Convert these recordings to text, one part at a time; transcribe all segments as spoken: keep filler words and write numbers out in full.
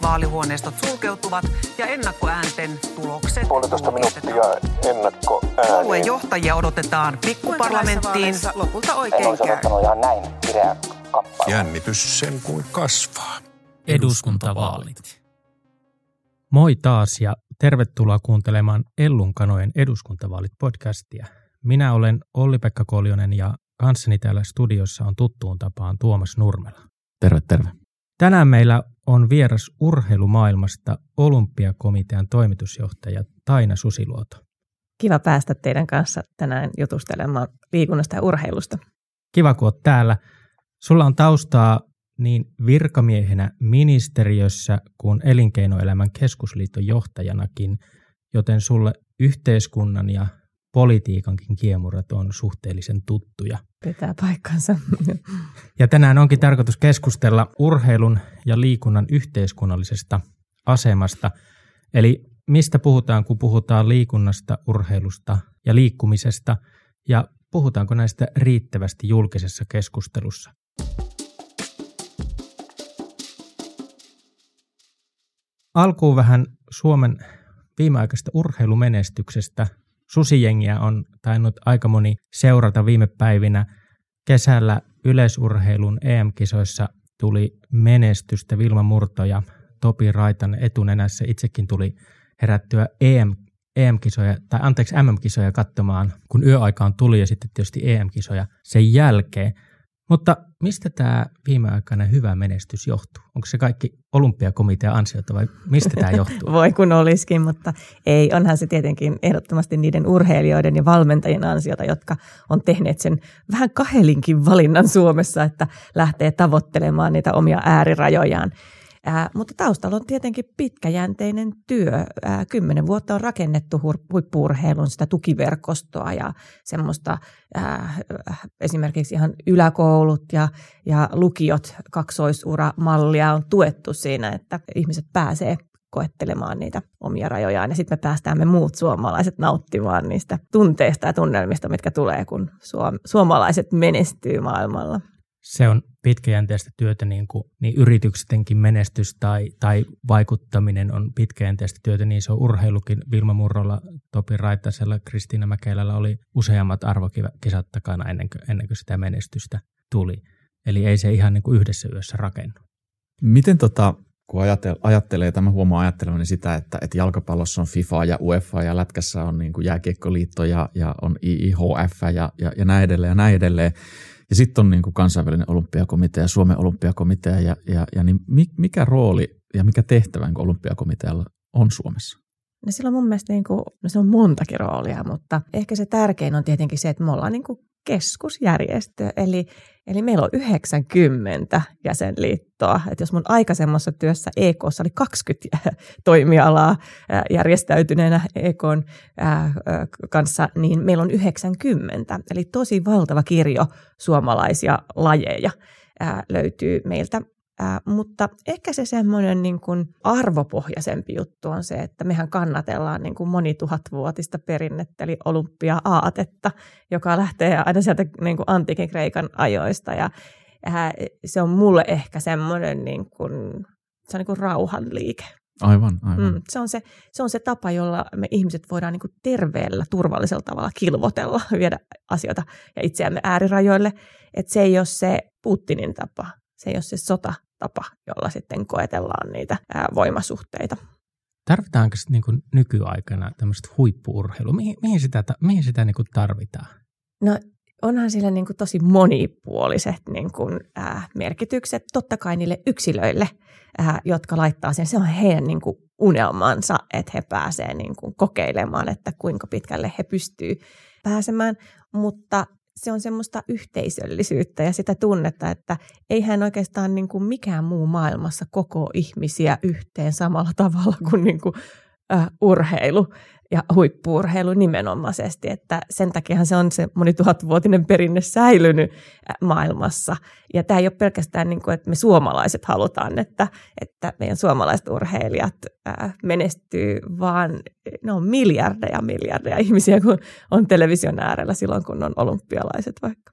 vaalihuoneistot sulkeutuvat ja ennakkoäänten tulokset puolitoista minuuttia ennakkoääniä. Puolueen johtajia odotetaan pikkuparlamenttiin. Lopulta oikein en olisi odottanut ihan näin kireä kappale. Jännitys sen kuin kasvaa. Eduskuntavaalit. Moi taas ja tervetuloa kuuntelemaan Ellunkanojen eduskuntavaalit-podcastia. Minä olen Olli-Pekka Koljonen ja kanssani täällä studiossa on tuttuun tapaan Tuomas Nurmela. Terve, terve. Tänään meillä on vieras urheilumaailmasta Olympiakomitean toimitusjohtaja Taina Susiluoto. Kiva päästä teidän kanssa tänään jutustelemaan liikunnasta ja urheilusta. Kiva, kun olet täällä. Sulla on taustaa niin virkamiehenä ministeriössä kuin elinkeinoelämän keskusliiton johtajanakin, joten sulle yhteiskunnan ja politiikankin kiemurat on suhteellisen tuttuja. Pitää paikkansa. Ja tänään onkin tarkoitus keskustella urheilun ja liikunnan yhteiskunnallisesta asemasta. Eli mistä puhutaan, kun puhutaan liikunnasta, urheilusta ja liikkumisesta, ja puhutaanko näistä riittävästi julkisessa keskustelussa? Alkuun vähän Suomen viimeaikaisesta urheilumenestyksestä. Susijengiä on tainnut aika moni seurata viime päivinä. Kesällä yleisurheilun E M-kisoissa tuli menestystä. Vilma Murto ja Topi Raitan etunenässä. Itsekin tuli herättyä E M, E M-kisoja, tai anteeksi M M-kisoja katsomaan, kun yöaikaan tuli, ja sitten tietysti E M-kisoja sen jälkeen. Mutta mistä tämä viimeaikainen hyvä menestys johtuu? Onko se kaikki Olympiakomitean ansiota vai mistä tämä johtuu? Voi kun olisikin, mutta ei. Onhan se tietenkin ehdottomasti niiden urheilijoiden ja valmentajien ansiota, jotka on tehneet sen vähän kahelinkin valinnan Suomessa, että lähtee tavoittelemaan niitä omia äärirajojaan. Ää, mutta taustalla on tietenkin pitkäjänteinen työ. Ää, kymmenen vuotta on rakennettu huippu-urheilun sitä tukiverkostoa ja semmoista ää, esimerkiksi ihan yläkoulut ja, ja lukiot kaksoisuramallia on tuettu siinä, että ihmiset pääsee koettelemaan niitä omia rajojaan. Ja sitten me päästään me muut suomalaiset nauttimaan niistä tunteista ja tunnelmista, mitkä tulee, kun suom- suomalaiset menestyy maailmalla. Se on pitkäjänteistä työtä, niin kuin niin yrityksetenkin menestys tai, tai vaikuttaminen on pitkäjänteistä työtä, niin se on urheilukin. Vilma Murrolla, Topi Raitasella, Kristiina Mäkelällä oli useammat arvokisat takana ennen kuin, ennen kuin sitä menestystä tuli. Eli ei se ihan niin kuin yhdessä yössä rakennu. Miten tota, kun ajattelee, ajattelee tämä huomaa ajattelevani sitä, että, että jalkapallossa on FIFA ja UEFA ja lätkässä on niin kuin jääkiekkoliitto ja, ja on I I H F ja, ja, ja näin edelleen ja näin edelleen. Ja sitten on niin kuin kansainvälinen olympiakomitea, Suomen olympiakomitea ja, ja, ja niin mikä rooli ja mikä tehtävä niin olympiakomitealla on Suomessa? No sillä on mun mielestä niin kuin, no se on montakin roolia, mutta ehkä se tärkein on tietenkin se, että me ollaan niin kuin keskusjärjestö, eli, eli meillä on yhdeksänkymmentä jäsenliittoa. Että jos mun aikaisemmassa työssä E K:ssa oli kaksikymmentä toimialaa järjestäytyneenä E K:n kanssa, niin meillä on yhdeksänkymmentä. Eli tosi valtava kirjo suomalaisia lajeja löytyy meiltä. Ää, mutta ehkä se semmoinen niin kuin arvopohjaisempi juttu on se, että mehän kannatellaan niin kuin monituhatvuotista perinnettä, eli olympia-aatetta, joka lähtee aina sieltä niin kuin antiikin Kreikan ajoista. Ja ää, se on mulle ehkä semmoinen niin kuin, se on niin kuin rauhanliike. Aivan, aivan. Mm, se, on se, se on se tapa, jolla me ihmiset voidaan niin kuin terveellä, turvallisella tavalla kilvotella, viedä asioita ja itseämme äärirajoille. Että se ei ole se Putinin tapa, se ei ole se sota. Tapa, jolla sitten koetellaan niitä ää, voimasuhteita. Tarvitaanko niin kuin nykyaikana tämmöistä huippu-urheilua? Mihin, mihin sitä, mihin sitä niin kuin tarvitaan? No onhan sillä niin kuin tosi monipuoliset niin kuin, ää, merkitykset. Totta kai niille yksilöille, ää, jotka laittaa sen. Se on heidän niin kuin unelmansa, että he pääsevät niin kuin kokeilemaan, että kuinka pitkälle he pystyvät pääsemään. Mutta se on semmoista yhteisöllisyyttä ja sitä tunnetta, että eihän oikeastaan niin kuin mikään muu maailmassa koko ihmisiä yhteen samalla tavalla kuin, niin kuin äh, urheilu ja huippu-urheilu nimenomaisesti. Että sen takiahan se on se monituhatvuotinen perinne säilynyt äh, maailmassa. Ja tämä ei ole pelkästään niin kuin, että me suomalaiset halutaan, että, että meidän suomalaiset urheilijat äh, menestyy, vaan ne on miljardeja miljardeja ihmisiä, kun on television äärellä silloin, kun on olympialaiset vaikka.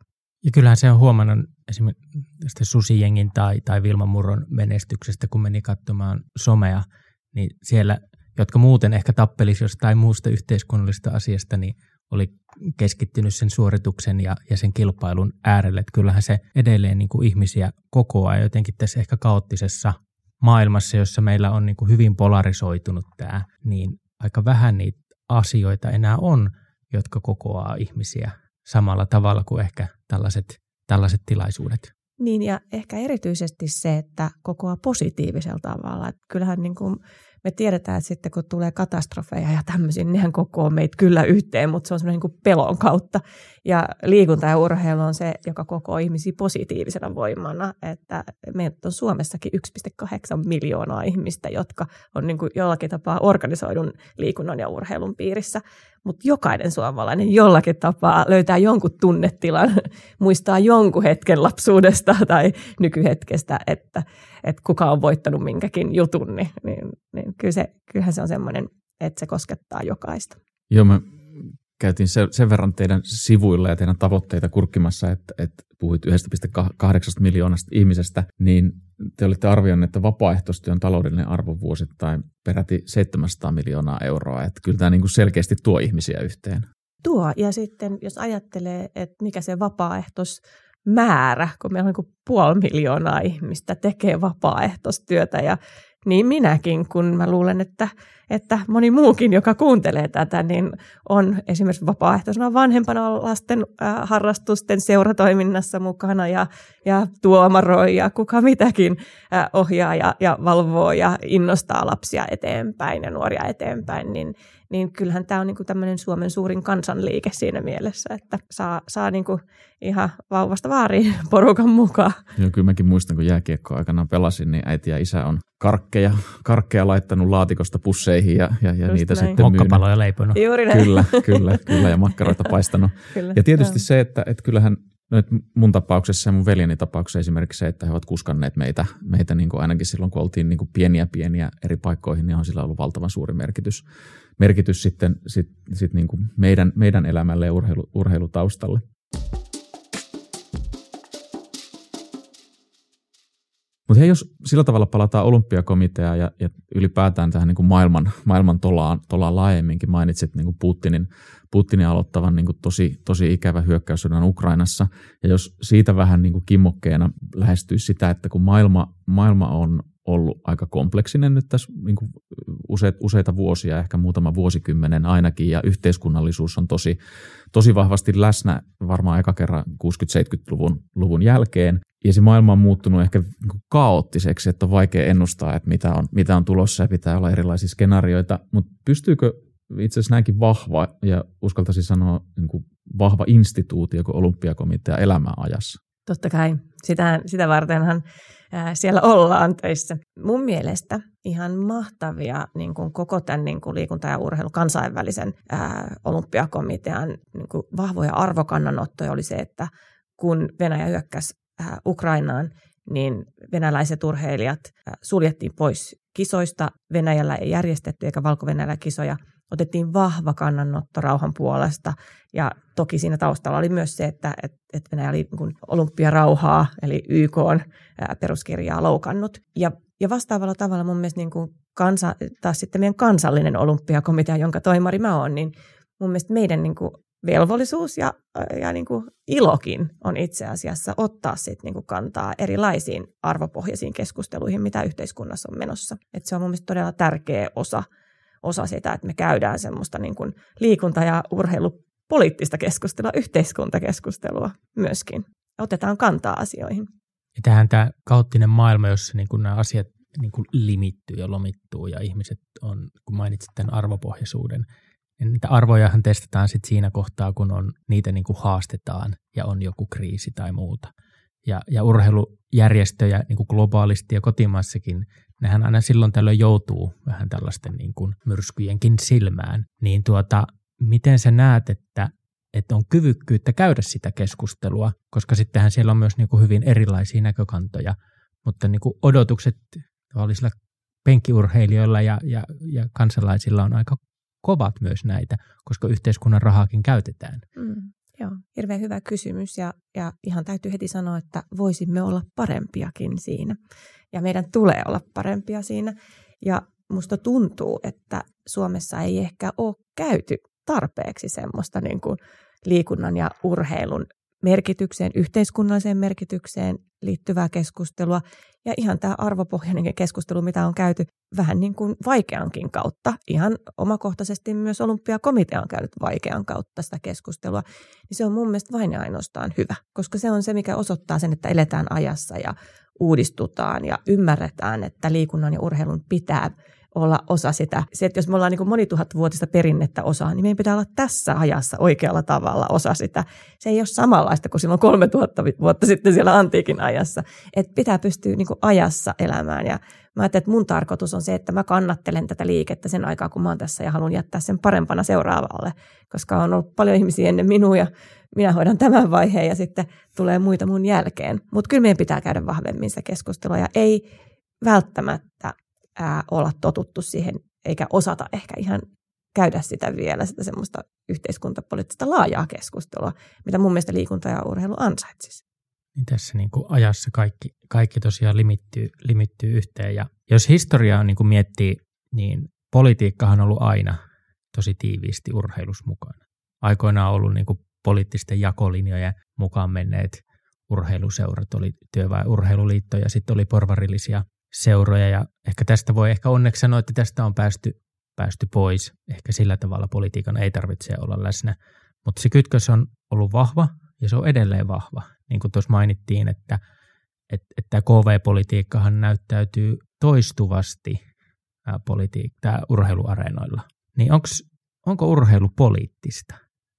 Ja kyllähän se on huomannut esimerkiksi tästä Susijengin tai, tai Vilma Murron menestyksestä, kun meni katsomaan somea, niin siellä, jotka muuten ehkä tappelisi jostain muusta yhteiskunnallisesta asiasta, niin oli keskittynyt sen suorituksen ja, ja sen kilpailun äärelle. Että kyllähän se edelleen niin kuin ihmisiä kokoaa jotenkin tässä ehkä kaoottisessa maailmassa, jossa meillä on niin kuin hyvin polarisoitunut tämä, niin aika vähän niitä asioita enää on, jotka kokoaa ihmisiä samalla tavalla kuin ehkä tällaiset, tällaiset tilaisuudet. Niin ja ehkä erityisesti se, että kokoaa positiivisella tavalla. Että kyllähän niin kuin me tiedetään, että sitten kun tulee katastrofeja ja tämmöisiä, niin nehän kokoo meitä kyllä yhteen, mutta se on semmoinen niin kuin pelon kautta. Ja liikunta ja urheilu on se, joka kokoo ihmisiä positiivisena voimana. Että meillä on Suomessakin yksi pilkku kahdeksan miljoonaa ihmistä, jotka on niin kuin jollakin tapaa organisoidun liikunnan ja urheilun piirissä. Mutta jokainen suomalainen jollakin tapaa löytää jonkun tunnetilan, muistaa jonkun hetken lapsuudesta tai nykyhetkestä, että, että kuka on voittanut minkäkin jutun, niin, niin, niin kyllä se, kyllähän se on semmoinen, että se koskettaa jokaista. Joo, me käytiin sen, sen verran teidän sivuilla ja teidän tavoitteita kurkkimassa, että, että puhuit yksi pilkku kahdeksan miljoonasta ihmisestä, niin te olette arvioineet, että vapaaehtoistyön taloudellinen arvo vuosittain peräti seitsemänsataa miljoonaa euroa, että kyllä tämä niin kuin selkeästi tuo ihmisiä yhteen. Tuo, ja sitten jos ajattelee, että mikä se vapaaehtoismäärä, kun meillä on niin kuin puoli miljoonaa ihmistä tekee vapaaehtoistyötä, ja niin minäkin, kun mä luulen, että, että moni muukin, joka kuuntelee tätä, niin on esimerkiksi vapaaehtoisena vanhempana lasten äh, harrastusten seuratoiminnassa mukana ja, ja tuomaroi ja kuka mitäkin äh, ohjaa ja, ja valvoo ja innostaa lapsia eteenpäin ja nuoria eteenpäin, niin, niin kyllähän tämä on niinku tämmöinen Suomen suurin kansanliike siinä mielessä, että saa, saa niinku ihan vauvasta vaariin porukan mukaan. Joo, kyllä mäkin muistan, kun jääkiekkoa aikanaan pelasin, niin äiti ja isä on karkkeja, karkkeja laittanut laatikosta pusseihin ja, ja, ja niitä näin. sitten myynyt. Mokkapaloja leiponut. Juuri näin. Kyllä, kyllä, kyllä, ja makkaroita paistanut. Kyllä, ja tietysti joo. se, että, että kyllähän nyt mun tapauksessa ja mun veljeni tapauksessa esimerkiksi se, että he ovat kuskanneet meitä, meitä niin kuin ainakin silloin, kun oltiin niin kuin pieniä pieniä eri paikkoihin, niin on sillä ollut valtavan suuri merkitys, merkitys sitten sit, sit niin kuin meidän, meidän elämälle ja urheilu, urheilutaustalle. Mutta hei, jos sillä tavalla palataan olympiakomiteaan ja, ja ylipäätään tähän niin kuin maailman, maailman tolaan, tolaan laajemminkin, mainitsit niin kuin Putinin, Putinin aloittavan niin kuin tosi, tosi ikävä hyökkäyssodan Ukrainassa. Ja jos siitä vähän niin kuin kimmokkeena lähestyisi sitä, että kun maailma, maailma on ollut aika kompleksinen nyt tässä niin kuin useita, useita vuosia, ehkä muutama vuosikymmenen ainakin, ja yhteiskunnallisuus on tosi, tosi vahvasti läsnä varmaan eka kerran kuusikymmentä-seitsemänkymmentäluvun luvun jälkeen. Ja se maailma on muuttunut ehkä kaoottiseksi, että on vaikea ennustaa, että mitä on, mitä on tulossa ja pitää olla erilaisia skenaarioita. Mutta pystyykö itse asiassa näinkin vahva ja uskaltaisin sanoa niin kuin vahva instituutio kuin olympiakomitea elämään ajassa? Totta kai. Sitä, sitä vartenhan ää, siellä ollaan töissä. Mun mielestä ihan mahtavia niin kuin koko tämän niin kuin liikunta- ja urheilu kansainvälisen ää, olympiakomitean niin kuin vahvoja arvokannanottoja oli se, että kun Venäjä hyökkäsi ää, Ukrainaan, niin venäläiset urheilijat ää, suljettiin pois kisoista. Venäjällä ei järjestetty eikä Valko-Venäjällä kisoja. Otettiin vahva kannanotto rauhan puolesta ja toki siinä taustalla oli myös se, että, että Venäjä oli niin kuin olympiarauhaa eli Y K:n peruskirjaa loukannut. Ja, ja vastaavalla tavalla mun mielestä niin kuin kansa, taas sitten meidän kansallinen olympiakomitea, jonka toimari mä oon, niin mun mielestä meidän niin kuin velvollisuus ja, ja niin kuin ilokin on itse asiassa ottaa sit niin kuin kantaa erilaisiin arvopohjaisiin keskusteluihin, mitä yhteiskunnassa on menossa. Et se on mun mielestä todella tärkeä osa osa sitä, että me käydään semmoista niin kuin liikunta- ja urheilupoliittista keskustelua, yhteiskuntakeskustelua myöskin. Otetaan kantaa asioihin. Ja tähän tämä kaoottinen maailma, jossa niin kuin nämä asiat niin kuin limittyy ja lomittuu ja ihmiset on, kun mainitsit tämän arvopohjaisuuden, niin niitä arvojahan testataan sitten siinä kohtaa, kun on, niitä niin kuin haastetaan ja on joku kriisi tai muuta. Ja, ja urheilujärjestöjä niin kuin globaalisti ja kotimaassakin, nehän aina silloin tällöin joutuu vähän tällaisten niin kuin myrskyjenkin silmään. Niin tuota, miten sä näet, että, että on kyvykkyyttä käydä sitä keskustelua, koska sittenhän siellä on myös niin kuin hyvin erilaisia näkökantoja, mutta niin kuin odotukset tavallisilla penkkiurheilijoilla ja, ja, ja kansalaisilla on aika kovat myös näitä, koska yhteiskunnan rahaakin käytetään. Mm. Joo, hirveän hyvä kysymys ja, ja ihan täytyy heti sanoa, että voisimme olla parempiakin siinä ja meidän tulee olla parempia siinä ja musta tuntuu, että Suomessa ei ehkä ole käyty tarpeeksi semmoista niin kuin liikunnan ja urheilun merkitykseen, yhteiskunnalliseen merkitykseen liittyvää keskustelua ja ihan tämä arvopohjainen keskustelu, mitä on käyty vähän niin kuin vaikeankin kautta. Ihan omakohtaisesti myös Olympiakomitea on käynyt vaikean kautta sitä keskustelua, niin se on mun mielestä vain ja ainoastaan hyvä, koska se on se, mikä osoittaa sen, että eletään ajassa ja uudistutaan ja ymmärretään, että liikunnan ja urheilun pitää olla osa sitä. Se, että jos me ollaan niin kuin monituhatvuotista perinnettä osaa, niin meidän pitää olla tässä ajassa oikealla tavalla osa sitä. Se ei ole samanlaista kuin silloin kolmetuhatta vuotta sitten siellä antiikin ajassa. Että pitää pystyä niin kuin ajassa elämään. Ja mä ajattelen, että mun tarkoitus on se, että mä kannattelen tätä liikettä sen aikaa, kun mä oon tässä ja haluan jättää sen parempana seuraavalle. Koska on ollut paljon ihmisiä ennen minua ja minä hoidan tämän vaiheen ja sitten tulee muita mun jälkeen. Mutta kyllä meidän pitää käydä vahvemmin sitä keskustelua ja ei välttämättä Ää, olla totuttu siihen, eikä osata ehkä ihan käydä sitä vielä, sitä semmoista yhteiskuntapoliittista laajaa keskustelua, mitä mun mielestä liikunta ja urheilu ansaitsisi. Niin tässä niin kuin ajassa kaikki, kaikki tosiaan limittyy, limittyy yhteen. Ja jos historiaa niin kuin miettii, niin politiikkahan on ollut aina tosi tiiviisti urheilussa mukana. Aikoinaan on ollut niin kuin poliittisten jakolinjojen mukaan menneet urheiluseurat, oli työväen urheiluliitto ja sitten oli porvarillisia seuroja ja ehkä tästä voi ehkä onneksi sanoa, että tästä on päästy, päästy pois. Ehkä sillä tavalla politiikan ei tarvitse olla läsnä, mutta se kytkös on ollut vahva ja se on edelleen vahva. Niin kuin tuossa mainittiin, että, että, että K V-politiikkahan näyttäytyy toistuvasti politi- urheiluareenoilla. Niin onks, onko urheilu poliittista?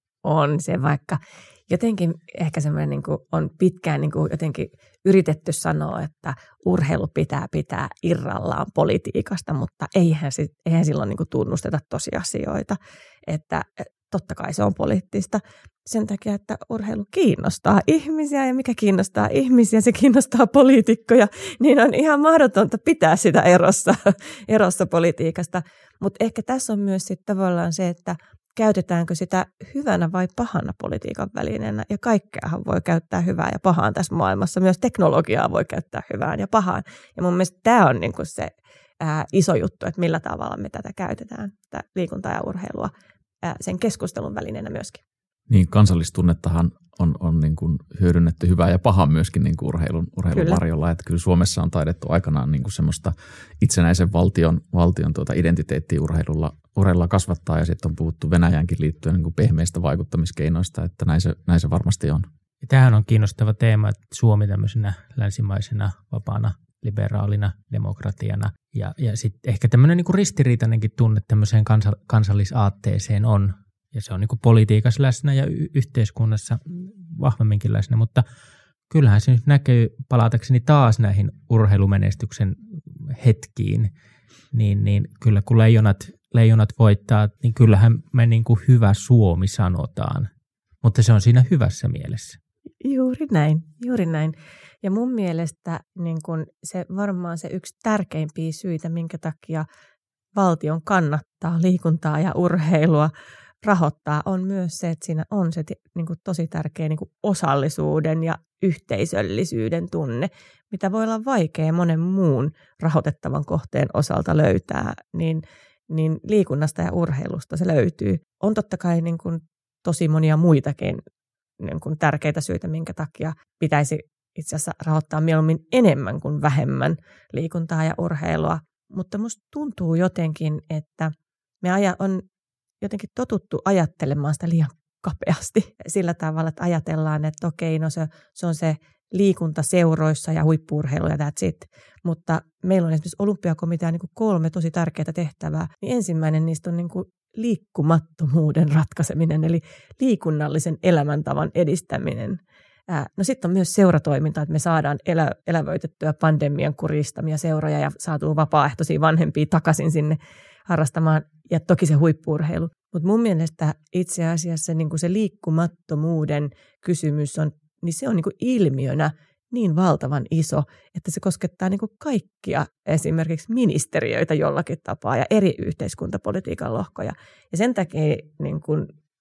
On se, vaikka jotenkin ehkä semmoinen niin kuin on pitkään niin kuin jotenkin yritetty sanoa, että urheilu pitää pitää irrallaan politiikasta, mutta eihän, sit, eihän silloin niin kuin tunnusteta tosiasioita, että totta kai se on poliittista sen takia, että urheilu kiinnostaa ihmisiä ja mikä kiinnostaa ihmisiä, se kiinnostaa poliitikkoja, niin on ihan mahdotonta pitää sitä erossa, erossa politiikasta, mutta ehkä tässä on myös sitten tavallaan se, että käytetäänkö sitä hyvänä vai pahana politiikan välineenä, ja kaikkeahan voi käyttää hyvää ja pahaan tässä maailmassa. Myös teknologiaa voi käyttää hyvään ja pahaan. Ja mun mielestä tämä on niinku se ää, iso juttu, että millä tavalla me tätä käytetään, tätä liikuntaa ja urheilua ää, sen keskustelun välineenä myöskin. Niin, kansallistunnettahan on, on niin kuin hyödynnetty hyvää ja pahaa myöskin niin kuin urheilun, urheilun kyllä. varjolla. Että kyllä Suomessa on taidettu aikanaan niin kuin semmoista itsenäisen valtion, valtion tuota identiteettiä urheilulla, urheilulla kasvattaa. Ja sitten on puhuttu Venäjänkin liittyen niin kuin pehmeistä vaikuttamiskeinoista, että näin se, näin se varmasti on. Ja tämähän on kiinnostava teema, että Suomi tämmöisenä länsimaisena, vapaana, liberaalina demokratiana. Ja, ja sitten ehkä tämmöinen niin kuin ristiriitainenkin tunne tämmöiseen kansa, kansallisaatteeseen on. Ja se on niin kuin politiikassa läsnä ja y- yhteiskunnassa vahvemminkin läsnä, mutta kyllähän se nyt näkyy, palatakseni taas näihin urheilumenestyksen hetkiin, niin, niin kyllä kun leijonat, leijonat voittaa, niin kyllähän me niin kuin hyvä Suomi sanotaan, mutta se on siinä hyvässä mielessä. Juuri näin, juuri näin. Ja mun mielestä niin kun se varmaan se yksi tärkeimpiä syitä, minkä takia valtion kannattaa liikuntaa ja urheilua rahoittaa, on myös se, että siinä on se niin kuin tosi tärkeä niin kuin osallisuuden ja yhteisöllisyyden tunne, mitä voi olla vaikea monen muun rahoitettavan kohteen osalta löytää, niin, niin liikunnasta ja urheilusta se löytyy. On totta kai niin kuin tosi monia muitakin niin kuin tärkeitä syitä, minkä takia pitäisi itse asiassa rahoittaa mieluummin enemmän kuin vähemmän liikuntaa ja urheilua, mutta musta tuntuu jotenkin, että me aja on jotenkin totuttu ajattelemaan sitä liian kapeasti sillä tavalla, että ajatellaan, että okei, no se, se on se liikunta seuroissa ja huippu-urheilu ja that's it. Mutta meillä on esimerkiksi Olympiakomitea niin kuin kolme tosi tärkeää tehtävää. Niin ensimmäinen niistä on niin kuin liikkumattomuuden ratkaiseminen, eli liikunnallisen elämäntavan edistäminen. No sitten on myös seuratoiminta, että me saadaan elä, elävöitettyä pandemian kuristamia seuroja ja saatu vapaaehtoisia vanhempia takaisin sinne harrastamaan, ja toki se huippu-urheilu. Mutta mun mielestä itse asiassa niin kuin se liikkumattomuuden kysymys on, niin se on niin kuin ilmiönä niin valtavan iso, että se koskettaa niin kuin kaikkia esimerkiksi ministeriöitä jollakin tapaa ja eri yhteiskuntapolitiikan lohkoja. Ja sen takia niin kuin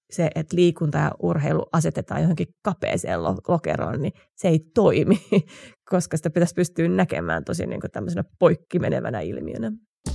se, että liikunta ja urheilu asetetaan johonkin kapeeseen lokeroon, niin se ei toimi, koska sitä pitäisi pystyä näkemään tosi niin kuin tämmöisenä poikkimenevänä ilmiönä.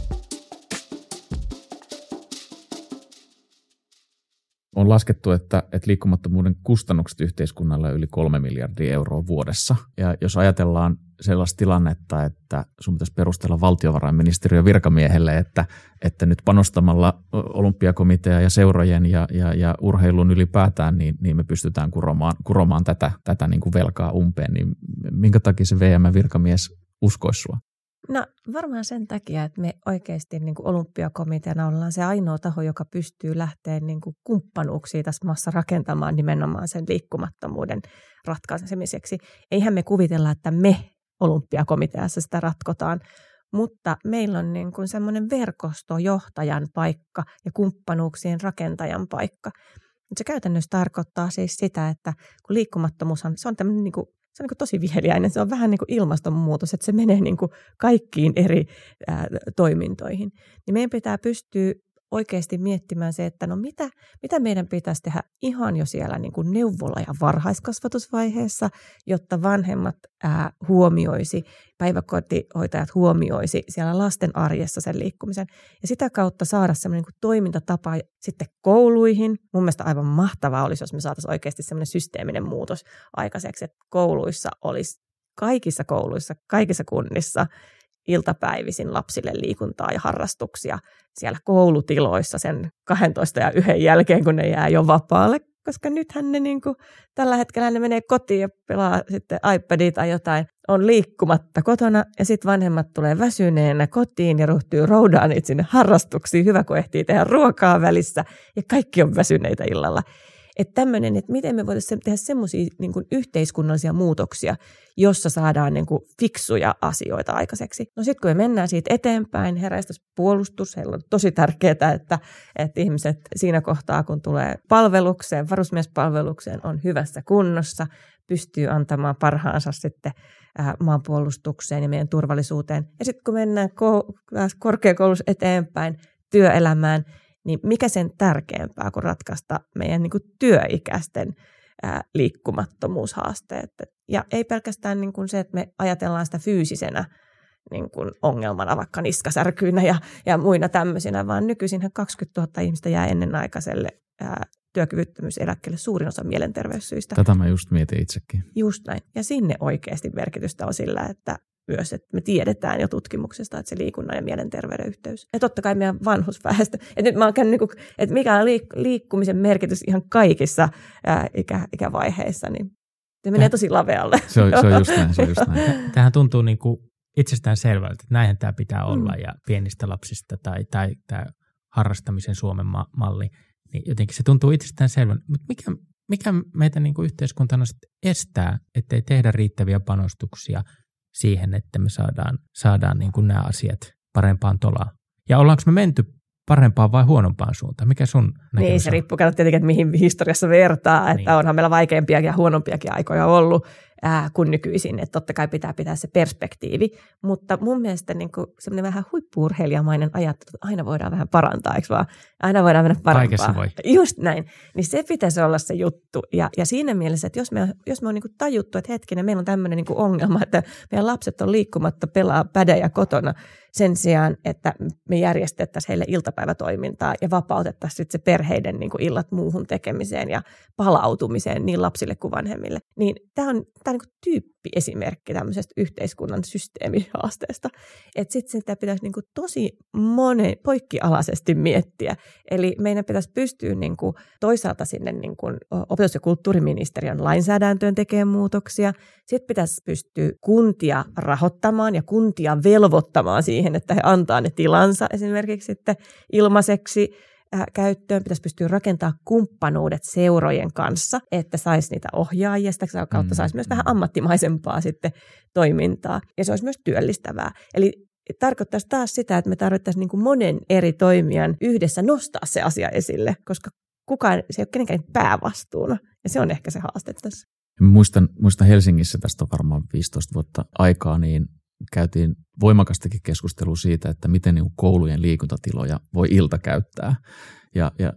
On laskettu, että, että liikkumattomuuden kustannukset yhteiskunnalle on yli kolme miljardia euroa vuodessa. Ja jos ajatellaan sellaista tilannetta, että sun pitäisi perustella valtiovarainministeriön virkamiehelle, että, että nyt panostamalla olympiakomitea ja seurojen ja, ja, ja urheilun ylipäätään, niin, niin me pystytään kuromaan, kuromaan tätä, tätä niin kuin velkaa umpeen. Niin minkä takia se V M-virkamies uskoisi sua? No varmaan sen takia, että me oikeasti niin kuin olympiakomiteana ollaan se ainoa taho, joka pystyy lähteä niin kuin kumppanuuksia tässä maassa rakentamaan nimenomaan sen liikkumattomuuden ratkaisemiseksi. Eihän me kuvitella, että me olympiakomiteassa sitä ratkotaan, mutta meillä on niin kuin semmoinen verkostojohtajan paikka ja kumppanuuksien rakentajan paikka. Se käytännössä tarkoittaa siis sitä, että kun liikkumattomuushan, se on tämmöinen niin kuin Se on niin tosi viheliäinen. Se on vähän niin kuin ilmastonmuutos, että se menee niin kuin kaikkiin eri ää, toimintoihin. Niin meidän pitää pystyä oikeasti miettimään se, että no mitä, mitä meidän pitäisi tehdä ihan jo siellä niin kuin neuvola- ja varhaiskasvatusvaiheessa, jotta vanhemmat ää, huomioisi, päiväkotihoitajat huomioisi siellä lasten arjessa sen liikkumisen. Ja sitä kautta saada semmoinen niin kuin toimintatapa sitten kouluihin. Mun mielestä aivan mahtavaa olisi, jos me saataisiin oikeasti semmoinen systeeminen muutos aikaiseksi, että kouluissa olisi, kaikissa kouluissa, kaikissa kunnissa iltapäivisin lapsille liikuntaa ja harrastuksia siellä koulutiloissa sen kaksitoista ja yhden jälkeen, kun ne jää jo vapaalle, koska nythän ne niin kuin, tällä hetkellä ne menee kotiin ja pelaa sitten iPadia tai jotain, on liikkumatta kotona ja sitten vanhemmat tulee väsyneenä kotiin ja ryhtyy roudaan niitä sinne harrastuksiin, hyvä kun ehtii tehdä ruokaa välissä ja kaikki on väsyneitä illalla. Että tämmöinen, että miten me voitaisiin tehdä semmoisia niin kuin yhteiskunnallisia muutoksia, jossa saadaan niin kuin fiksuja asioita aikaiseksi. No sitten kun me mennään siitä eteenpäin, heräistys puolustus, heillä on tosi tärkeää, että, että ihmiset siinä kohtaa, kun tulee palvelukseen, varusmiespalvelukseen, on hyvässä kunnossa, pystyy antamaan parhaansa sitten maanpuolustukseen ja meidän turvallisuuteen. Ja sitten kun mennään korkeakoulussa eteenpäin työelämään, niin mikä sen tärkeämpää kuin ratkaista meidän niin kuin työikäisten ää, liikkumattomuushaasteet. Ja ei pelkästään niin kuin se, että me ajatellaan sitä fyysisenä niin kuin ongelmana, vaikka niskasärkyinä ja, ja muina tämmöisinä, vaan nykyisinhän kaksikymmentätuhatta ihmistä jää ennenaikaiselle ää, työkyvyttömyyseläkkeelle, suurin osa mielenterveyssyistä. Tätä mä just mietin itsekin. Just näin. Ja sinne oikeasti merkitystä on sillä, että myös, että me tiedetään jo tutkimuksesta, että se liikunnan ja mielenterveyden yhteys. Ja totta kai meidän vanhusväestö. Että nyt mä oon käynyt, niin kuin, että mikä on liik- liikkumisen merkitys ihan kaikissa ää, ikä, ikävaiheissa, niin se menee tosi lavealle. Se on, se on just näin. Se on just näin. Tämähän tuntuu niin kuin itsestään selvältä, että näinhän tämä pitää olla mm. ja pienistä lapsista tai, tai tämä harrastamisen Suomen ma- malli, niin jotenkin se tuntuu itsestään selvältä. Mutta mikä, mikä meitä niin kuin yhteiskuntana estää, ettei tehdä riittäviä panostuksia siihen, että me saadaan, saadaan niin kuin nämä asiat parempaan tolaan. Ja ollaanko me menty parempaan vai huonompaan suuntaan? Mikä sun näkemys Niin, se riippuu tietenkin, että mihin historiassa vertaa, että niin. Onhan meillä vaikeampiakin ja huonompiakin aikoja ollut ää, kuin nykyisin, että totta kai pitää pitää se perspektiivi, mutta mun mielestä niin kuin semmoinen vähän huippu-urheilijamainen ajattelu, että aina voidaan vähän parantaa, eikö vaan? Aina voidaan mennä parempaan. Kaikessa voi. Just näin. Niin se pitäisi olla se juttu. Ja, ja siinä mielessä, että jos me, jos me on niin kuin tajuttu, että hetkinen, meillä on tämmöinen niin kuin ongelma, että meidän lapset on liikkumatta, pelaa pädejä kotona sen sijaan, että me järjestettäisiin heille iltapäivätoimintaa ja vapautettaisiin sitten se perheiden niin kuin illat muuhun tekemiseen ja palautumiseen niin lapsille kuin vanhemmille. Niin tämä on, tämä on niin kuin tyyppiesimerkki tämmöisestä yhteiskunnan systeemihaasteesta. Että sitten sitä pitäisi niin kuin tosi monen, poikkialaisesti miettiä. Eli meidän pitäisi pystyä niin kuin toisaalta sinne niin kuin opetus- ja kulttuuriministeriön lainsäädäntöön tekemään muutoksia. Sitten pitäisi pystyä kuntia rahoittamaan ja kuntia velvoittamaan siihen, että he antaa ne tilansa esimerkiksi sitten ilmaiseksi käyttöön. Pitäisi pystyä rakentamaan kumppanuudet seurojen kanssa, että saisi niitä ohjaajia, sitä kautta saisi myös vähän ammattimaisempaa sitten toimintaa. Ja se olisi myös työllistävää. Eli tarkoittaisi taas sitä, että me tarvittaisiin niin kuin monen eri toimijan yhdessä nostaa se asia esille, koska kukaan, se ei ole kenenkään päävastuuna. Ja se on ehkä se haaste tässä. Muistan, muistan Helsingissä, tästä on varmaan viisitoista vuotta aikaa, niin käytiin voimakastakin keskustelua siitä, että miten niin koulujen liikuntatiloja voi ilta käyttää. Ja, ja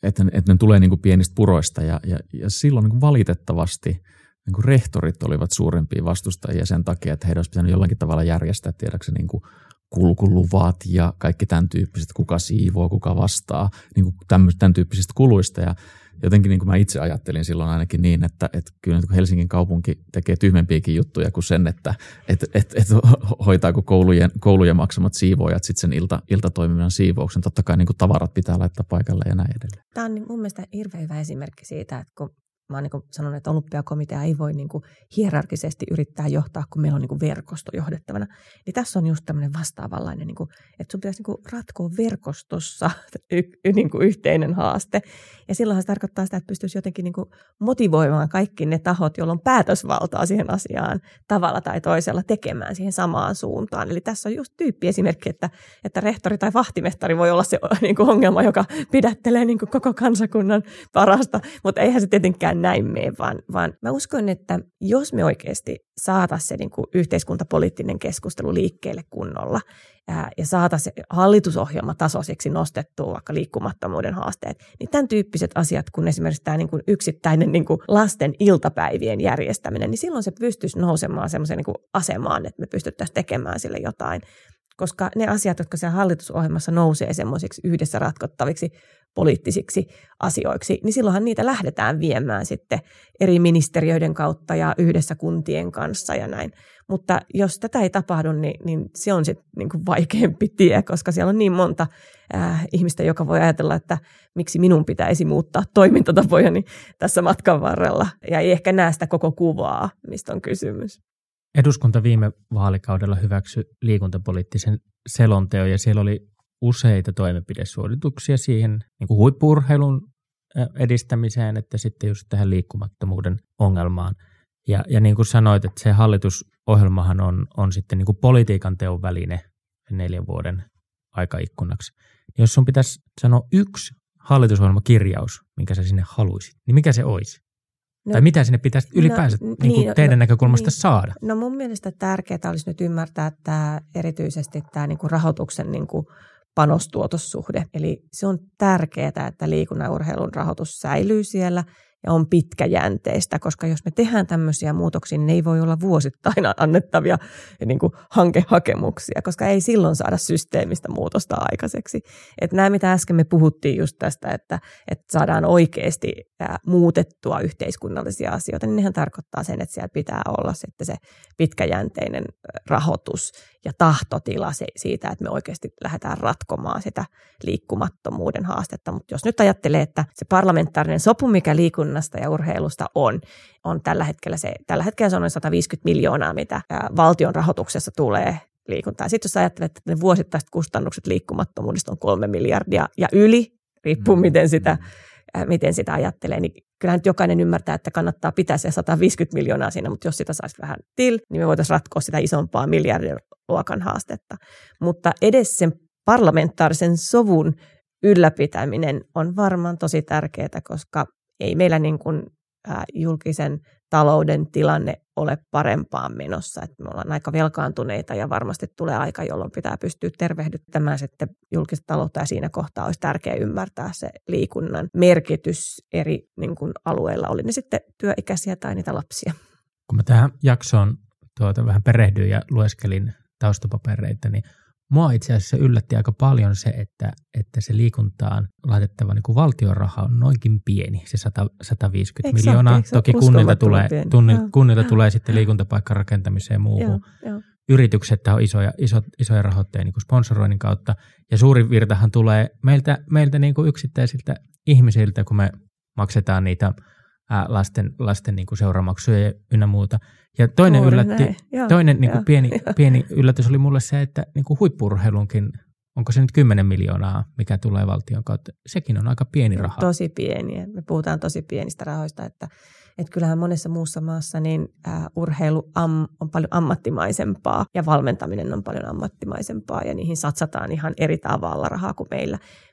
että, että ne tulee niin kuin pienistä puroista ja, ja, ja silloin niin kuin valitettavasti niin kuin rehtorit olivat suurempia vastustajia sen takia, että heidän olisi pitänyt jollakin tavalla järjestää tiedäksä niin kuin kulkuluvat ja kaikki tämän tyyppiset, kuka siivoo, kuka vastaa, niin kuin tämän, tämän tyyppisistä kuluista. Ja jotenkin niin kuin mä itse ajattelin silloin ainakin niin, että, että kyllä Helsingin kaupunki tekee tyhmempiäkin juttuja kuin sen, että et, et, et hoitaako koulujen, koulujen maksamat siivoojat sitten sen ilta, iltatoiminnan siivouksen. Totta kai niin kuin tavarat pitää laittaa paikalle ja näin edelleen. Tämä on mun mielestä hirveän hyvä esimerkki siitä, että kun mä oon niin sanonut, että olympiakomitea ei voi niin kuin hierarkisesti yrittää johtaa, kun meillä on niin kuin verkosto johdettavana. Niin tässä on just tämmöinen vastaavanlainen, niin kuin, että sun pitäisi niin kuin ratkoa verkostossa y, y, niin kuin yhteinen haaste. Ja silloinhan se tarkoittaa sitä, että pystyisi jotenkin niin kuin motivoimaan kaikki ne tahot, joilla on päätösvaltaa siihen asiaan tavalla tai toisella tekemään siihen samaan suuntaan. Eli tässä on just tyyppiesimerkki, että, että rehtori tai vahtimestari voi olla se niin kuin ongelma, joka pidättelee niin kuin koko kansakunnan parasta, mutta eihän se tietenkään näin mene, vaan, vaan mä uskon, että jos me oikeasti saataisiin se niin kuin yhteiskuntapoliittinen keskustelu liikkeelle kunnolla ää, ja saataisiin hallitusohjelma tasoiseksi nostettua vaikka liikkumattomuuden haasteet, niin tämän tyyppiset asiat, kun esimerkiksi tämä niin kuin yksittäinen niin kuin lasten iltapäivien järjestäminen, niin silloin se pystyisi nousemaan semmoiseen niin kuin asemaan, että me pystyttäisiin tekemään sille jotain. Koska ne asiat, jotka siellä hallitusohjelmassa nousee semmoisiksi yhdessä ratkottaviksi poliittisiksi asioiksi, niin silloinhan niitä lähdetään viemään sitten eri ministeriöiden kautta ja yhdessä kuntien kanssa ja näin. Mutta jos tätä ei tapahdu, niin, niin se on sitten niin kuin vaikeampi tie, koska siellä on niin monta äh, ihmistä, joka voi ajatella, että miksi minun pitäisi muuttaa toimintatapojani tässä matkan varrella. Ja ei ehkä näe sitä koko kuvaa, mistä on kysymys. Eduskunta viime vaalikaudella hyväksyi liikuntapoliittisen selonteon ja siellä oli useita toimenpidesuorituksia siihen niin kuin huippu-urheilun edistämiseen, että sitten just tähän liikkumattomuuden ongelmaan. Ja, ja niin kuin sanoit, että se hallitusohjelmahan on, on sitten niin kuin politiikan teon väline neljän vuoden aikaikkunaksi. Jos sun pitäisi sanoa yksi hallitusohjelmakirjaus, minkä sä sinne haluisit, niin mikä se olisi? No, tai mitä sinne pitäisi ylipäänsä no, niin kuin teidän no, näkökulmasta niin, saada? No mun mielestä tärkeää olisi nyt ymmärtää, että erityisesti tämä niin kuin rahoituksen niin kuin panostuotossuhde. Eli se on tärkeää, että liikunnan ja urheilun rahoitus säilyy siellä ja on pitkäjänteistä, koska jos me tehdään tämmöisiä muutoksia, niin ne ei voi olla vuosittain annettavia niin kuin hankehakemuksia, koska ei silloin saada systeemistä muutosta aikaiseksi. Että nämä, mitä äsken me puhuttiin just tästä, että, että saadaan oikeasti muutettua yhteiskunnallisia asioita, niin nehän tarkoittaa sen, että siellä pitää olla sitten se pitkäjänteinen rahoitus ja tahtotila siitä, että me oikeasti lähdetään ratkomaan sitä liikkumattomuuden haastetta. Mutta jos nyt ajattelee, että se parlamentaarinen sopu, mikä liikunnasta ja urheilusta on, on tällä hetkellä se, tällä hetkellä se on noin sata viisikymmentä miljoonaa, mitä valtion rahoituksessa tulee liikuntaan. Sitten jos ajattelet, että ne vuosittaiset kustannukset liikkumattomuudesta on kolme miljardia ja yli, riippuu miten sitä, miten sitä ajattelee, niin kyllähän nyt jokainen ymmärtää, että kannattaa pitää se sata viisikymmentä miljoonaa siinä, mutta jos sitä saisi vähän til, niin me voitaisiin ratkoa sitä isompaa miljardin luokan haastetta. Mutta edes sen parlamentaarisen sovun ylläpitäminen on varmaan tosi tärkeää, koska ei meillä niin kuin, ää, julkisen talouden tilanne ole parempaan menossa. Että me ollaan aika velkaantuneita ja varmasti tulee aika, jolloin pitää pystyä tervehdyttämään sitten julkista taloutta ja siinä kohtaa olisi tärkeää ymmärtää se liikunnan merkitys eri niin kuin alueilla, oli ne sitten työikäisiä tai niitä lapsia. Kun mä tähän jaksoon tuota, vähän perehdyin ja lueskelin taustapapereita, niin mua itse asiassa yllätti aika paljon se, että, että se liikuntaan laitettava niin kuin valtion raha on noinkin pieni, se sata, sata viisikymmentä eikö miljoonaa. Eikö Toki kunnilta tulee, tunnil, kunnilta tulee sitten liikuntapaikkan rakentamiseen ja muuhun. Joo, jo. Yritykset on isoja, iso, isoja rahoitteja niin kuin sponsoroinnin kautta. Ja suurin virtahan tulee meiltä, meiltä niin kuin yksittäisiltä ihmisiltä, kun me maksetaan niitä ää, lasten, lasten niin kuin seuramaksuja ynnä muuta. Ja toinen, yllätti, joo, toinen niin kuin pieni, pieni yllätys oli mulle se, että niin kuin huippu-urheilunkin, onko se nyt kymmenen miljoonaa, mikä tulee valtion kautta, sekin on aika pieni raha. Tosi pieni. Me puhutaan tosi pienistä rahoista, että, että kyllähän monessa muussa maassa niin ää, urheilu am, on paljon ammattimaisempaa ja valmentaminen on paljon ammattimaisempaa ja niihin satsataan ihan eri tavalla rahaa kuin meillä.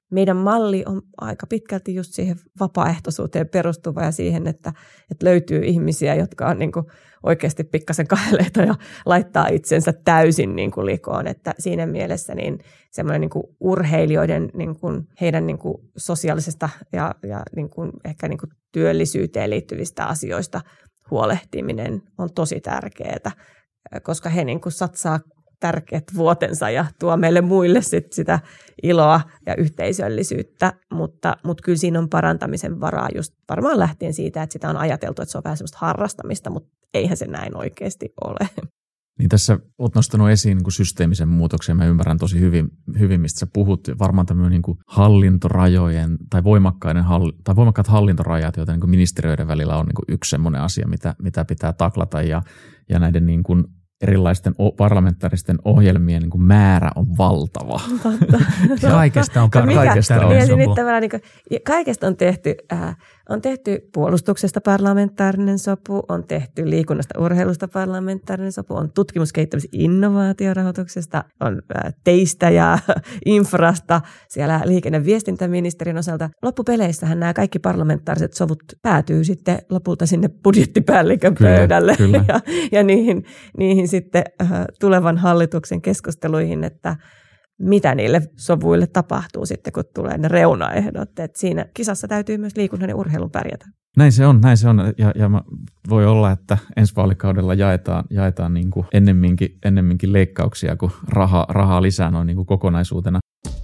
meidän malli on aika pitkälti just siihen vapaaehtoisuuteen perustuva ja siihen, että, että löytyy ihmisiä, jotka on niin kuin oikeasti pikkasen kahdeleita ja laittaa itsensä täysin niin kuin likoon. Että siinä mielessä niin semmoinen niin kuin urheilijoiden, niin kuin heidän niin kuin sosiaalisesta ja, ja niin kuin ehkä niin kuin työllisyyteen liittyvistä asioista huolehtiminen on tosi tärkeää, koska he niin kuin satsaa tärkeät vuotensa ja tuo meille muille sit sitä iloa ja yhteisöllisyyttä, mutta, mutta kyllä siinä on parantamisen varaa just varmaan lähtien siitä, että sitä on ajateltu, että se on vähän semmoista harrastamista, mutta eihän se näin oikeasti ole. Niin tässä olet nostanut esiin niin kuin systeemisen muutoksen. Mä ymmärrän tosi hyvin, hyvin mistä sä puhut. Varmaan tämmöinen niin kuin hallintorajojen tai, voimakkaiden halli, tai voimakkaat hallintorajat, joita niin kuin ministeriöiden välillä on niin kuin yksi semmoinen asia, mitä, mitä pitää taklata. Ja, ja näiden niin kuin erilaisten parlamentaaristen ohjelmien niin kuin määrä on valtava. Totta. Kaikesta on kaikesta on. Niin, niin, niin kuin, kaikesta on tehty, äh, on tehty puolustuksesta parlamentaarinen sopu, on tehty liikunnasta urheilusta parlamentaarinen sopu, on tutkimuskehittämis- innovaatiorahoituksesta, on äh, teistä ja infrasta siellä liikenne- ja viestintäministeriön osalta. Loppupeleissähän nämä kaikki parlamentaariset sovut päätyy sitten lopulta sinne budjettipäällikön kyllä, pöydälle kyllä. ja, ja niihin, niihin sitten äh, tulevan hallituksen keskusteluihin, että mitä niille sovuille tapahtuu sitten, kun tulee ne reunaehdot. Et siinä kisassa täytyy myös liikunnan ja urheilun pärjätä. Näin se on, näin se on. Ja, ja mä, voi olla, että ensi vaalikaudella jaetaan, jaetaan niin kuin ennemminkin, ennemminkin leikkauksia kuin rahaa, rahaa lisää noin niin kuin kokonaisuutena.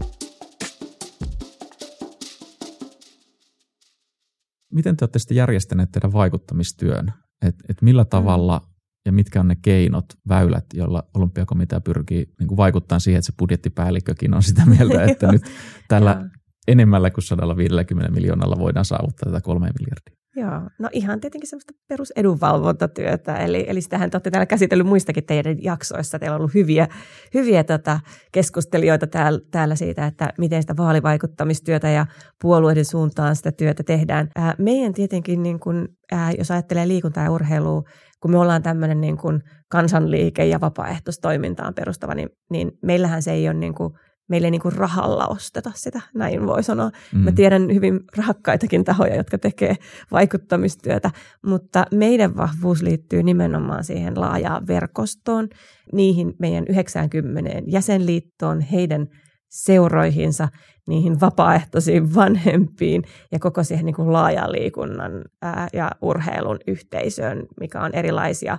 Miten te olette sitten järjestäneet teidän vaikuttamistyön? Et, et millä tavalla ja mitkä on ne keinot, väylät, joilla Olympiakomitea pyrkii niin kuin vaikuttamaan siihen, että se budjettipäällikkökin on sitä mieltä, että nyt tällä enemmällä kuin sata viisikymmentä miljoonalla voidaan saavuttaa tätä kolme miljardia. Joo, no ihan tietenkin semmoista perusedunvalvontatyötä, eli, eli sitähän te olette täällä käsitellyt muistakin teidän jaksoissa. Teillä on ollut hyviä, hyviä tota, keskustelijoita täällä, täällä siitä, että miten sitä vaalivaikuttamistyötä ja puolueiden suuntaan sitä työtä tehdään. Ää, meidän tietenkin, niin kun, ää, jos ajattelee liikuntaa ja urheilua, kun me ollaan tämmöinen niin kun kansanliike ja vapaaehtoistoimintaan perustava, niin, niin meillähän se ei ole niin kuin meillä ei niin kuin rahalla osteta sitä, näin voi sanoa. Mm. Mä tiedän hyvin rakkaitakin tahoja, jotka tekee vaikuttamistyötä, mutta meidän vahvuus liittyy nimenomaan siihen laajaan verkostoon, niihin meidän yhdeksänkymmentä jäsenliittoon, heidän seuroihinsa, niihin vapaaehtoisiin vanhempiin ja koko siihen niin kuin laajan liikunnan ää, ja urheilun yhteisöön, mikä on erilaisia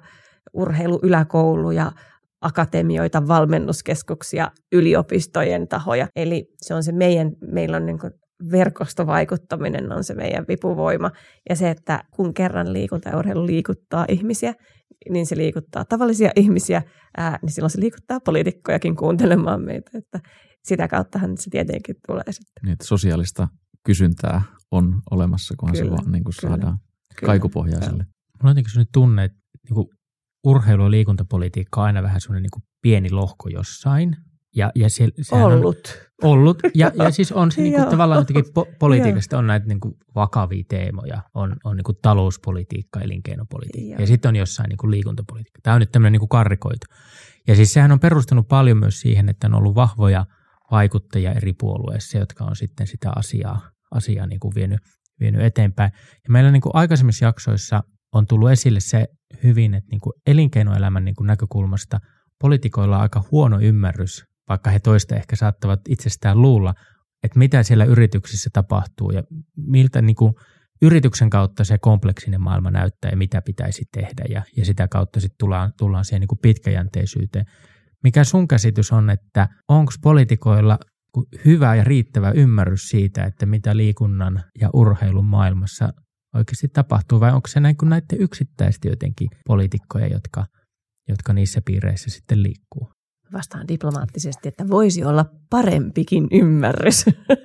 urheiluyläkouluja, akatemioita, valmennuskeskuksia, yliopistojen tahoja. Eli se on se meidän, meillä on niin kuin verkostovaikuttaminen on se meidän vipuvoima. Ja se, että kun kerran liikunta ja urheilu liikuttaa ihmisiä, niin se liikuttaa tavallisia ihmisiä, ää, niin silloin se liikuttaa poliitikkojakin kuuntelemaan meitä. Että sitä kauttahan se tietenkin tulee sitten. Niin, että sosiaalista kysyntää on olemassa, kunhan kyllä, se vaan niin kuin saadaan kyllä, kaikupohjaiselle. Mulla on jotenkin sellainen tunne, että niin kuin urheilu- ja liikuntapolitiikka on aina vähän sellainen niin kuin pieni lohko jossain. Ja, ja se, ollut. On ollut. Ja, ja siis on se niin kuin tavallaan jotenkin po- politiikasta on näitä niin kuin vakavia teemoja. On, on niin kuin talouspolitiikka, elinkeinopolitiikka. Joo. Ja sitten on jossain niin kuin liikuntapolitiikka. Tämä on nyt tämmöinen niin kuin karrikoitu. Ja siis sehän on perustunut paljon myös siihen, että on ollut vahvoja vaikuttajia eri puolueissa, jotka on sitten sitä asiaa, asiaa niin kuin vienyt, vienyt eteenpäin. Ja meillä niin kuin aikaisemmissa jaksoissa on tullut esille se hyvin, että niin kuin elinkeinoelämän niin kuin näkökulmasta poliitikoilla on aika huono ymmärrys, vaikka he toista ehkä saattavat itsestään luulla, että mitä siellä yrityksissä tapahtuu ja miltä niin kuin yrityksen kautta se kompleksinen maailma näyttää ja mitä pitäisi tehdä ja, ja sitä kautta sitten tullaan, tullaan siihen niin kuin pitkäjänteisyyteen. Mikä sun käsitys on, että onko poliitikoilla hyvä ja riittävä ymmärrys siitä, että mitä liikunnan ja urheilun maailmassa oikeasti tapahtuu, vai onko se näin kuin näiden yksittäisesti jotenkin poliitikkoja, jotka, jotka niissä piireissä sitten liikkuu? Vastaan diplomaattisesti, että voisi olla parempikin ymmärrys.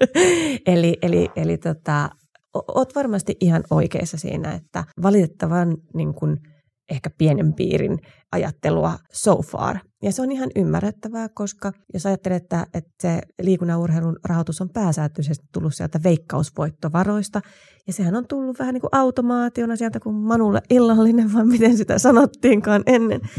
eli eli, eli tota, oot varmasti ihan oikeassa siinä, että valitettavan niin kuin ehkä pienen piirin ajattelua so far. Ja se on ihan ymmärrettävää, koska jos ajattelet, että, että se liikunnan ja urheilun rahoitus on pääsääntöisesti tullut sieltä veikkausvoittovaroista, ja sehän on tullut vähän niin kuin automaationa sieltä, kun Manulle illallinen, vai miten sitä sanottiinkaan ennen.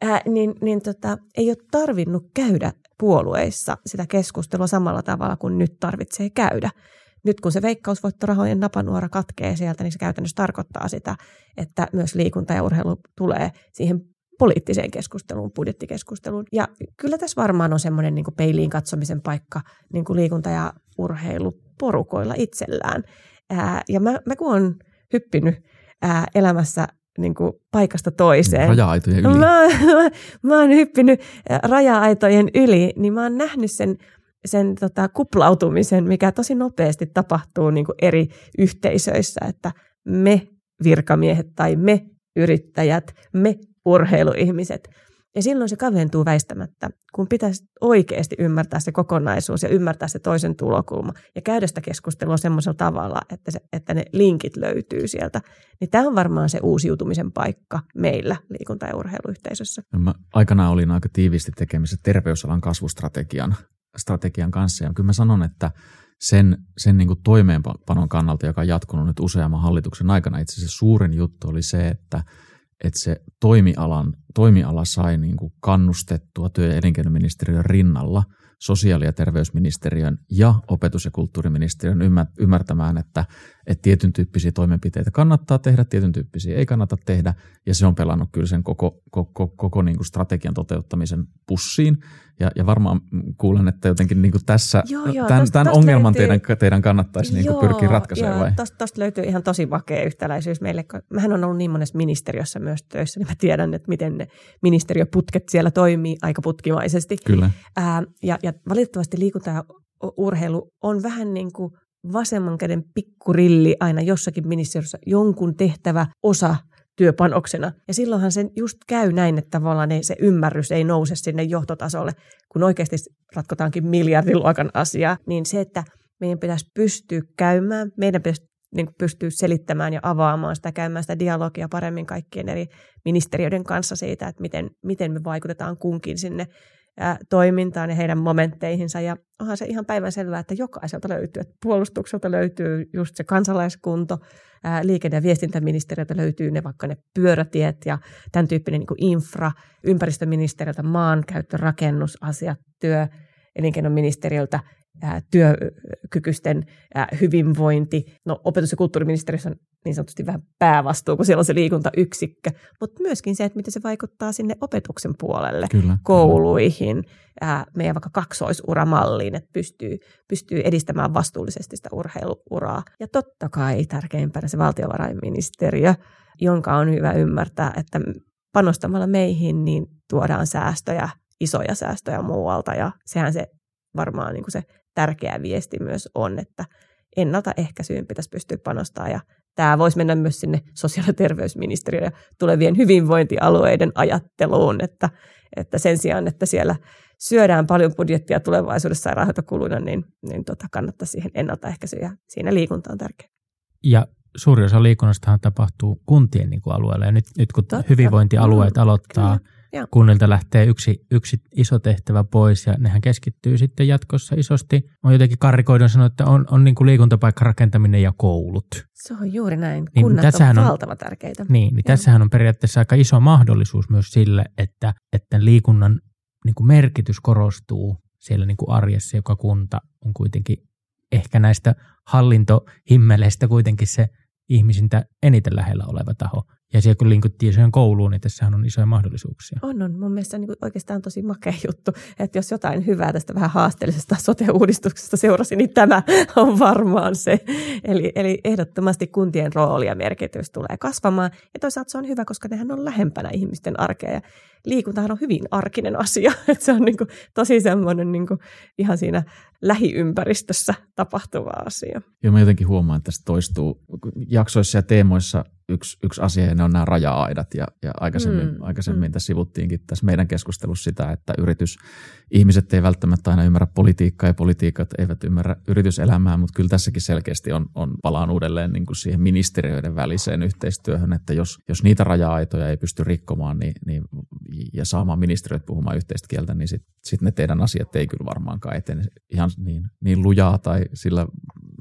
ää, niin, niin tota, ei ole tarvinnut käydä puolueissa sitä keskustelua samalla tavalla kuin nyt tarvitsee käydä. Nyt kun se veikkausvoittorahojen napanuora katkee sieltä, niin se käytännössä tarkoittaa sitä, että myös liikunta ja urheilu tulee siihen poliittiseen keskusteluun, budjettikeskusteluun. Ja kyllä tässä varmaan on semmoinen niin kuin peiliin katsomisen paikka niin kuin liikunta- ja urheiluporukoilla itsellään. Ää, ja mä, mä kun olen hyppinyt ää, elämässä niin kuin paikasta toiseen. Raja-aitojen yli. Mä, mä, mä oon hyppinyt raja-aitojen yli, niin mä oon nähnyt sen, sen tota, kuplautumisen, mikä tosi nopeasti tapahtuu niin kuin eri yhteisöissä, että me virkamiehet tai me yrittäjät, me urheiluihmiset. Ja silloin se kaventuu väistämättä, kun pitäisi oikeasti ymmärtää se kokonaisuus ja ymmärtää se toisen tulokulma ja käydä sitä keskustelua semmoisella tavalla, että, se, että ne linkit löytyy sieltä. Niin tämä on varmaan se uusiutumisen paikka meillä liikunta- ja urheiluyhteisössä. Mä aikanaan olin aika tiiviisti tekemisissä terveysalan kasvustrategian strategian kanssa ja kyllä mä sanon, että sen, sen niin kuin toimeenpanon kannalta, joka on jatkunut nyt useamman hallituksen aikana, itse asiassa suurin juttu oli se, että että se toimialan, toimiala sai niin kuin kannustettua työ- ja elinkeinoministeriön rinnalla sosiaali- ja terveysministeriön ja opetus- ja kulttuuriministeriön ymmärtämään, että, että tietyn tyyppisiä toimenpiteitä kannattaa tehdä, tietyn tyyppisiä ei kannata tehdä, ja se on pelannut kyllä sen koko, koko, koko niin kuin strategian toteuttamisen pussiin, ja, ja varmaan kuulen, että jotenkin niin kuin tässä, joo, joo, tämän, tosta, tämän tosta ongelman löytyy, teidän, teidän kannattaisi niin kuin pyrkiä ratkaisemaan, vai? Tuosta löytyy ihan tosi vakea yhtäläisyys meille. Mähän on ollut niin monessa ministeriössä myös töissä, niin mä tiedän, että miten ne ministeriöputket siellä toimii aika putkimaisesti. Kyllä. Ää, ja, ja valitettavasti liikunta ja urheilu on vähän niin kuin vasemman käden pikkurilli aina jossakin ministeriössä jonkun tehtävä osa työpanoksena. Ja silloinhan sen just käy näin, että tavallaan ne, se ymmärrys ei nouse sinne johtotasolle, kun oikeasti ratkotaankin miljardiluokan asiaa. Niin se, että meidän pitäisi pystyä käymään, meidän pitäisi niin kuin pystyä selittämään ja avaamaan sitä, käymään sitä dialogia paremmin kaikkien eri ministeriöiden kanssa siitä, että miten, miten me vaikutetaan kunkin sinne ää, toimintaan ja heidän momentteihinsa. Ja onhan se ihan päivänselvää, että jokaiselta löytyy, että puolustukselta löytyy just se kansalaiskunto, ää, liikenne- ja viestintäministeriöltä löytyy ne vaikka ne pyörätiet ja tämän tyyppinen niin kuin infra, ympäristöministeriöltä maankäyttö, rakennusasiat, työ, elinkeinoministeriöltä ää, työkykyisten ää, hyvinvointi. No opetus- ja kulttuuriministeriössä on niin sanotusti vähän päävastuu, kun siellä on se liikuntayksikkö, mutta myöskin se, että miten se vaikuttaa sinne opetuksen puolelle, Kyllä, kouluihin, ää, meidän vaikka kaksoisuramalliin, että pystyy, pystyy edistämään vastuullisesti sitä urheiluuraa. Ja totta kai tärkeimpänä se valtiovarainministeriö, jonka on hyvä ymmärtää, että panostamalla meihin niin tuodaan säästöjä, isoja säästöjä muualta, ja sehän se varmaan niin kuin se tärkeä viesti myös on, että ennaltaehkäisyyn pitäisi pystyä panostamaan, ja tämä voisi mennä myös sinne sosiaali- ja terveysministeriön ja tulevien hyvinvointialueiden ajatteluun, että, että sen sijaan, että siellä syödään paljon budjettia tulevaisuudessa sairaanhoitokuluina, niin, niin tota, kannattaa siihen ennaltaehkäisyyn, ja siinä liikunta on tärkeä. Ja suuri osa liikunnastahan tapahtuu kuntien niin kuin alueella, ja nyt, nyt kun Totta. hyvinvointialueet mm, aloittaa, kyllä. kunnilta lähtee yksi, yksi iso tehtävä pois, ja nehän keskittyy sitten jatkossa isosti. On jotenkin karrikoidun sanoa, että on, on niin kuin liikuntapaikkarakentaminen ja koulut. Se on juuri näin. Niin, Kunnat on valtavan tärkeitä. Niin, niin tässähän on periaatteessa aika iso mahdollisuus myös sille, että, että liikunnan niin kuin merkitys korostuu siellä niin kuin arjessa, joka kunta on kuitenkin ehkä näistä hallintohimmeleistä kuitenkin se ihmisintä eniten lähellä oleva taho. Ja siellä kun linkuttiin siihen kouluun, niin tässähän on isoja mahdollisuuksia. On, on. Mun mielestä niin oikeastaan tosi makea juttu, että jos jotain hyvää tästä vähän haasteellisesta sote-uudistuksesta seurasi, niin tämä on varmaan se. Eli, eli ehdottomasti kuntien rooli ja merkitys tulee kasvamaan. Ja toisaalta se on hyvä, koska nehän on lähempänä ihmisten arkea. Ja liikuntahan on hyvin arkinen asia. Että se on niin kuin tosi semmoinen niin kuin ihan siinä lähiympäristössä tapahtuva asia. Joo, mä jotenkin huomaan, että se toistuu jaksoissa ja teemoissa yksi, yksi asia, ja ne on nämä raja-aidat, ja, ja aikaisemmin, mm, aikaisemmin mm. tässä sivuttiinkin tässä meidän keskustelussa sitä, että yritys, ihmiset ei välttämättä aina ymmärrä politiikkaa, ja politiikat eivät ymmärrä yrityselämää, mutta kyllä tässäkin selkeästi on, on palaan uudelleen niin kuin siihen ministeriöiden väliseen yhteistyöhön, että jos, jos niitä raja-aitoja ei pysty rikkomaan niin, niin, ja saamaan ministeriöt puhumaan yhteistä kieltä, niin sitten sit ne teidän asiat ei kyllä varmaankaan etene ihan niin, niin lujaa tai sillä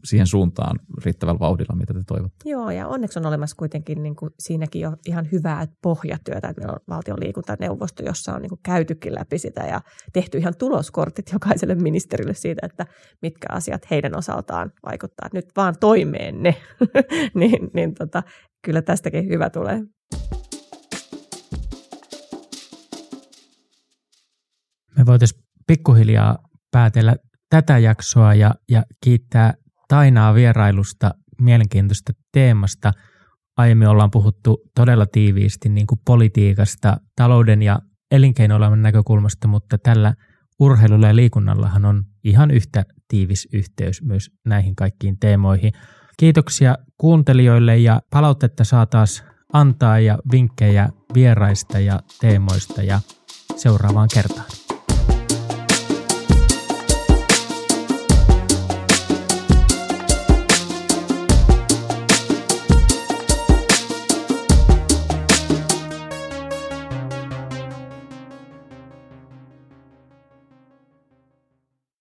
siihen suuntaan riittävällä vauhdilla, mitä te toivotte. Joo, ja onneksi on olemassa kuitenkin niin kuin siinäkin jo ihan hyvää pohjatyötä, että meillä on valtion liikuntaneuvosto, jossa on niin kuin käytykin läpi sitä ja tehty ihan tuloskortit jokaiselle ministerille siitä, että mitkä asiat heidän osaltaan vaikuttaa. Nyt vaan toimeen ne, niin, niin tota, kyllä tästäkin hyvä tulee. Me voitaisiin pikkuhiljaa päätellä tätä jaksoa ja, ja kiittää Tainaa vierailusta mielenkiintoista teemasta. Aiemmin ollaan puhuttu todella tiiviisti niin kuin politiikasta, talouden ja elinkeinoelämän näkökulmasta, mutta tällä urheilulla ja liikunnallahan on ihan yhtä tiivis yhteys myös näihin kaikkiin teemoihin. Kiitoksia kuuntelijoille ja palautetta saa taas antaa ja vinkkejä vieraista ja teemoista ja seuraavaan kertaan.